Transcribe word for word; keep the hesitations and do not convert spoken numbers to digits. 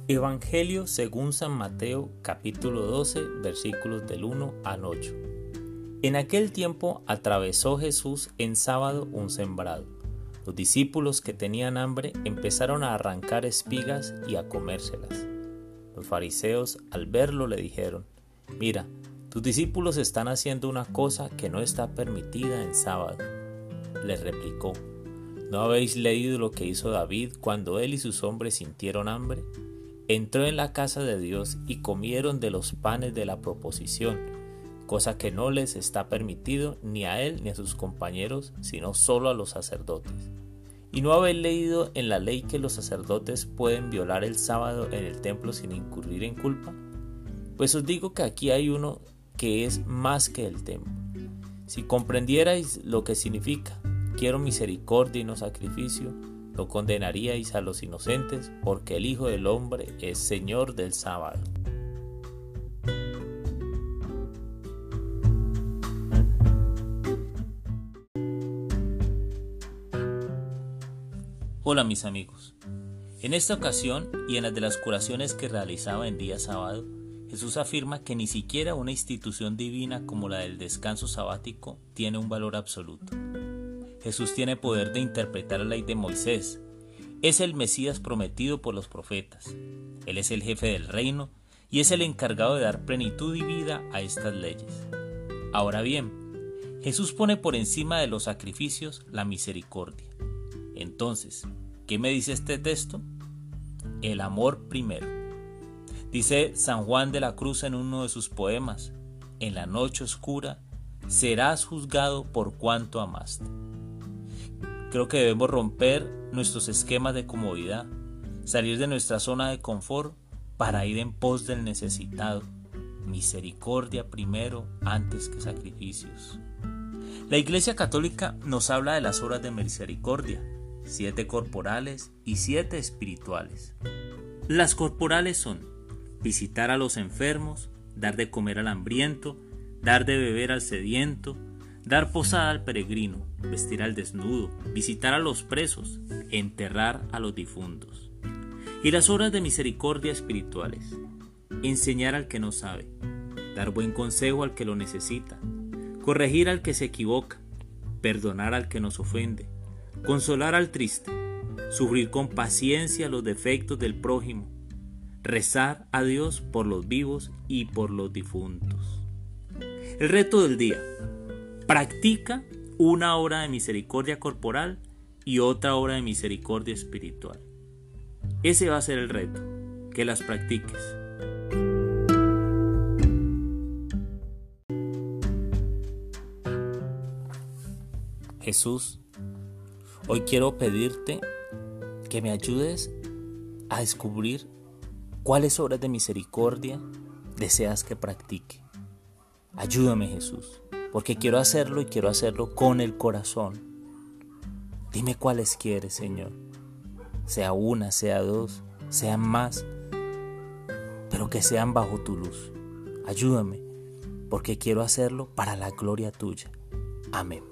Evangelio según San Mateo, capítulo doce, versículos del uno al ocho. En aquel tiempo atravesó Jesús en sábado un sembrado. Los discípulos que tenían hambre empezaron a arrancar espigas y a comérselas. Los fariseos, al verlo, le dijeron: «Mira, tus discípulos están haciendo una cosa que no está permitida en sábado». Les replicó: ¿No habéis leído lo que hizo David cuando él y sus hombres sintieron hambre? Entró en la casa de Dios y comieron de los panes de la proposición, cosa que no les está permitido ni a él ni a sus compañeros, sino solo a los sacerdotes. ¿Y no habéis leído en la ley que los sacerdotes pueden violar el sábado en el templo sin incurrir en culpa? Pues os digo que aquí hay uno que es más que el templo. Si comprendierais lo que significa «quiero misericordia y no sacrificio», no condenaríais a los inocentes, porque el Hijo del Hombre es Señor del sábado. Hola mis amigos, en esta ocasión y en las de las curaciones que realizaba en día sábado, Jesús afirma que ni siquiera una institución divina como la del descanso sabático tiene un valor absoluto. Jesús tiene poder de interpretar la ley de Moisés. Es el Mesías prometido por los profetas. Él es el jefe del reino y es el encargado de dar plenitud y vida a estas leyes. Ahora bien, Jesús pone por encima de los sacrificios la misericordia. Entonces, ¿qué me dice este texto? El amor primero. Dice San Juan de la Cruz en uno de sus poemas: en la noche oscura serás juzgado por cuanto amaste. Creo que debemos romper nuestros esquemas de comodidad, salir de nuestra zona de confort para ir en pos del necesitado. Misericordia primero antes que sacrificios. La Iglesia Católica nos habla de las obras de misericordia, siete corporales y siete espirituales. Las corporales son visitar a los enfermos, dar de comer al hambriento, dar de beber al sediento, dar posada al peregrino, vestir al desnudo, visitar a los presos, enterrar a los difuntos. Y las obras de misericordia espirituales: enseñar al que no sabe, dar buen consejo al que lo necesita, corregir al que se equivoca, perdonar al que nos ofende, consolar al triste, sufrir con paciencia los defectos del prójimo, rezar a Dios por los vivos y por los difuntos. El reto del día: practica una obra de misericordia corporal y otra obra de misericordia espiritual. Ese va a ser el reto, que las practiques. Jesús, hoy quiero pedirte que me ayudes a descubrir cuáles obras de misericordia deseas que practique. Ayúdame, Jesús, porque quiero hacerlo y quiero hacerlo con el corazón. Dime cuáles quieres, Señor. Sea una, sea dos, sean más, pero que sean bajo tu luz. Ayúdame, porque quiero hacerlo para la gloria tuya. Amén.